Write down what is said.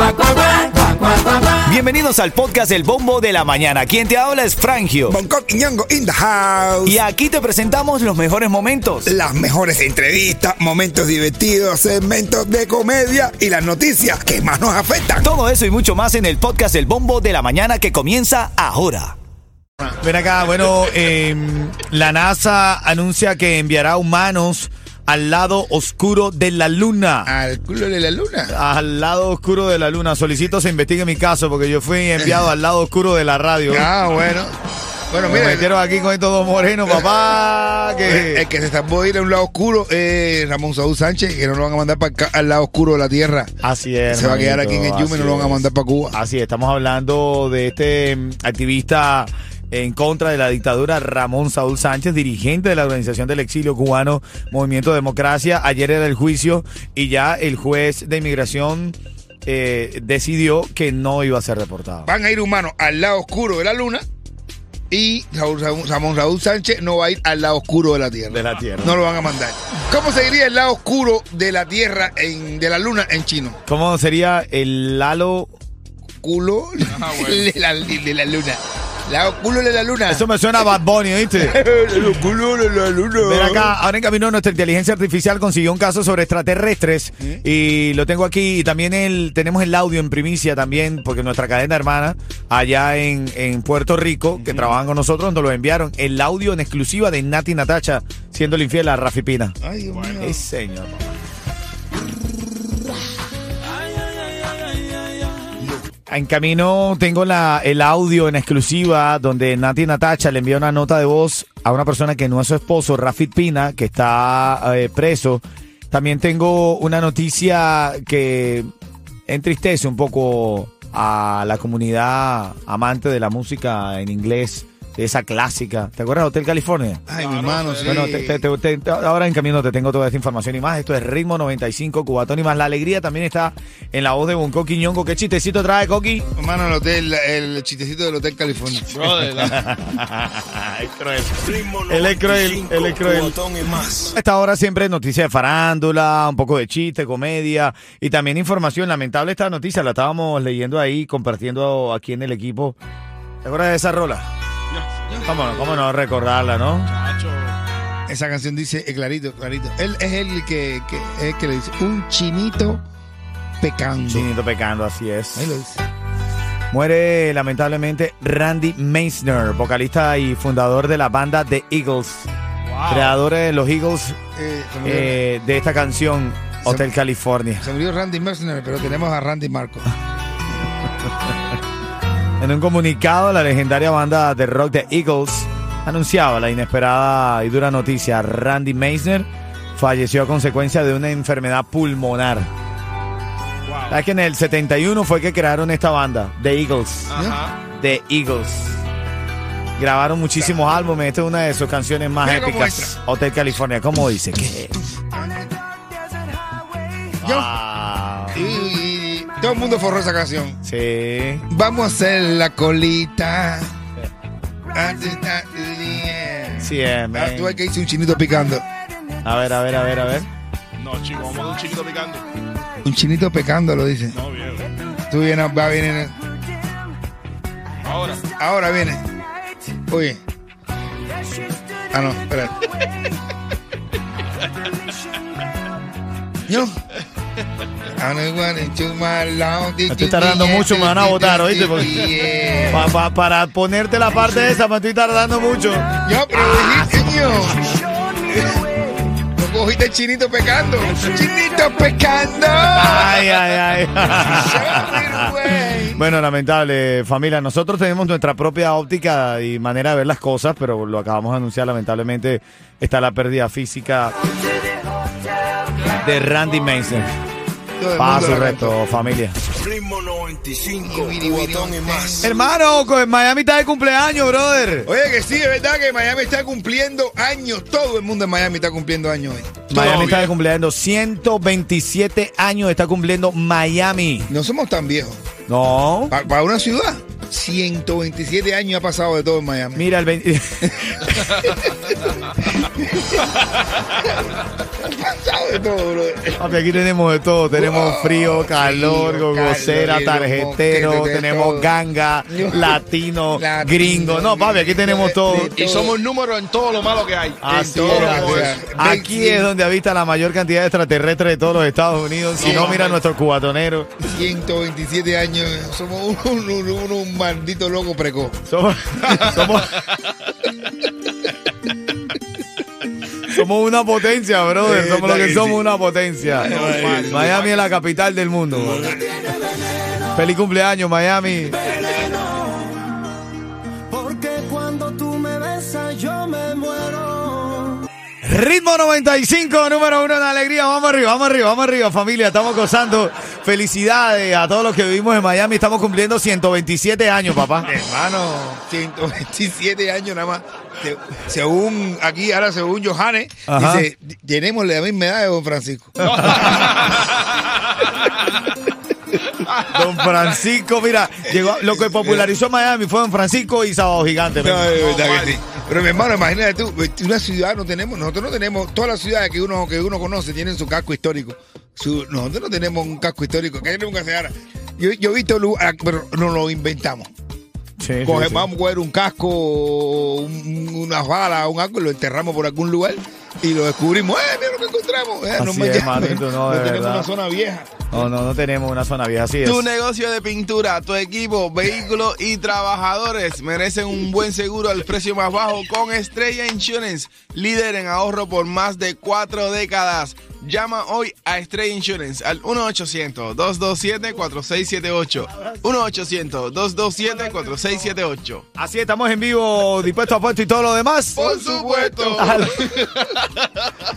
Bienvenidos al podcast El Bombo de la Mañana. Quien te habla es Frangio. Bangkok y Ñongo in the house. Y aquí te presentamos los mejores momentos. Las mejores entrevistas, momentos divertidos, segmentos de comedia y las noticias que más nos afectan. Todo eso y mucho más en el podcast El Bombo de la Mañana que comienza ahora. Ven acá, bueno, la NASA anuncia que enviará humanos al lado oscuro de la luna. ¿Al culo de la luna? Al lado oscuro de la luna. Solicito se investigue mi caso porque yo fui enviado al lado oscuro de la radio. Ah, bueno. Bueno, mira. Me metieron aquí con estos dos morenos, papá. El que se está por ir a un lado oscuro es Ramón Saúl Sánchez, que no lo van a mandar al lado oscuro de la tierra. Así es. Se va a quedar aquí en el Yume y no lo van a mandar para Cuba. Así es, estamos hablando de este activista en contra de la dictadura, Ramón Saúl Sánchez, dirigente de la Organización del Exilio Cubano, Movimiento Democracia. Ayer era el juicio y ya el juez de inmigración decidió que no iba a ser deportado. Van a ir humanos al lado oscuro de la luna y Ramón Saúl Sánchez no va a ir al lado oscuro de la tierra. De la tierra. No lo van a mandar. ¿Cómo se diría el lado oscuro de la tierra, de la luna en chino? ¿Cómo sería el halo? Culo de la luna. La culo de la luna. Eso me suena a Bad Bunny, ¿viste? El culo de la luna. Ven acá, ahora en camino nuestra inteligencia artificial consiguió un caso sobre extraterrestres y lo tengo aquí. Y también tenemos el audio en primicia también, porque nuestra cadena hermana allá en Puerto Rico, que trabajan con nosotros, nos lo enviaron. El audio en exclusiva de Nati Natacha siendo infiel a Rafi Pina. Ay, Dios mío. Sí, señor. En camino tengo el audio en exclusiva donde Nati Natacha le envía una nota de voz a una persona que no es su esposo, Rafi Pina, que está preso. También tengo una noticia que entristece un poco a la comunidad amante de la música en inglés, de esa clásica. ¿Te acuerdas de Hotel California? Ay, mi hermano, sí. Bueno, ahora en camino te tengo toda esta información y más. Esto es Ritmo 95, Cubatón y más. La alegría también está en la voz de Bangkok y Ñongo. ¿Qué chistecito trae, Coqui? Hermano, el chistecito del Hotel California. Es cruel. Él es cruel, él es cruel. A esta hora siempre noticias de farándula, un poco de chiste, comedia y también información. Lamentable esta noticia, la estábamos leyendo ahí, compartiendo aquí en el equipo. ¿Te acuerdas de esa rola? ¿Cómo no recordarla, no? Chacho. Esa canción dice clarito. Él es el que le dice un chinito pecando. Chinito pecando, así es. Ahí lo dice. Muere lamentablemente Randy Meisner, vocalista y fundador de la banda The Eagles. Wow. Creadores de los Eagles de esta canción, Hotel California. Se murió Randy Meisner, pero tenemos a Randy Marco. En un comunicado, la legendaria banda de rock The Eagles anunciaba la inesperada y dura noticia. Randy Meisner falleció a consecuencia de una enfermedad pulmonar. Wow. ¿Sabes que en el 71 fue que crearon esta banda, The Eagles? Ajá. The Eagles. Grabaron muchísimos álbumes. Esta es una de sus canciones más Mira cómo épicas. entra. Hotel California. ¿Cómo dice? ¿Qué? Yo. Wow. Y todo el mundo forró esa canción. Sí. Vamos a hacer la colita. Sí, man. Tú hay que irse un chinito picando. A ver. No, chico, vamos a dar un chiquito picando. Un chinito pecando, lo dice. No, viejo. Tú vienes, va a venir. Ahora. Ahora viene. Oye. Ah, no, espera. Yo. Me estoy tardando mucho, me van a votar, ¿oíste? Porque para ponerte la parte esa me estoy tardando mucho. Yo, pero dijiste, yo. No cogiste el chinito pecando. Chinito pecando. Ay. Bueno, lamentable, familia. Nosotros tenemos nuestra propia óptica y manera de ver las cosas, pero lo acabamos de anunciar. Lamentablemente está la pérdida física de Randy Meisner. Paso el resto, familia. Ritmo 95, Cubatón y más. Hermano, Miami está de cumpleaños, brother. Oye, que sí, es verdad que Miami está cumpliendo años. Todo el mundo en Miami está cumpliendo años hoy. Miami está cumpliendo 127 años, está cumpliendo Miami. No somos tan viejos. No. Para una ciudad. 127 años ha pasado de todo en Miami. Mira, el 20... Pasado de todo, bro. Papi, aquí tenemos de todo. Tenemos frío, calor, frío, gogocera, calor, tarjetero, hielo, de tenemos todo. ganga, latino, Latino, gringo. No, papi, aquí tenemos todo. Y somos números en todo lo malo que hay. Así todo es, lo que así sea. es. Aquí es donde habita la mayor cantidad de extraterrestres de todos los Estados Unidos. Si no, mira nuestros cubatoneros. 127 años. Somos un maldito loco precoz. Somos, somos, somos una potencia, brother. Somos lo que sí. somos, una potencia. Miami es la capital del mundo. Feliz cumpleaños, Miami. Porque cuando tú me besas yo me muero. Ritmo 95, número 1 en alegría. Vamos arriba, vamos arriba, vamos arriba, familia. Estamos gozando. Felicidades a todos los que vivimos en Miami. Estamos cumpliendo 127 años, papá. Hermano, 127 años nada más. Según aquí, ahora según Johannes, Ajá. dice, llenémosle la misma edad de Don Francisco. Don Francisco, mira, llegó, lo que popularizó Miami fue Don Francisco y Sábado Gigante. No, de verdad que sí. Pero mi hermano, imagínate tú, una ciudad nosotros no tenemos, todas las ciudades que uno conoce tienen su casco histórico. Nosotros no tenemos un casco histórico. ¿Qué tenemos que hacer ahora? Yo he visto lugares, pero nos lo inventamos. Sí, Vamos a coger un casco, unas balas, un algo, y lo enterramos por algún lugar y lo descubrimos. Mira lo que encontramos. Así es, manito, no, de tenemos verdad. una zona vieja. No tenemos una zona vieja, así es. Tu negocio de pintura, tu equipo, vehículos y trabajadores merecen un buen seguro al precio más bajo con Estrella Insurance, líder en ahorro por más de 4 décadas. Llama hoy a Estrella Insurance al 1-800-227-4678. 1-800-227-4678. Así estamos en vivo, dispuestos a puesto y todo lo demás. Por supuesto.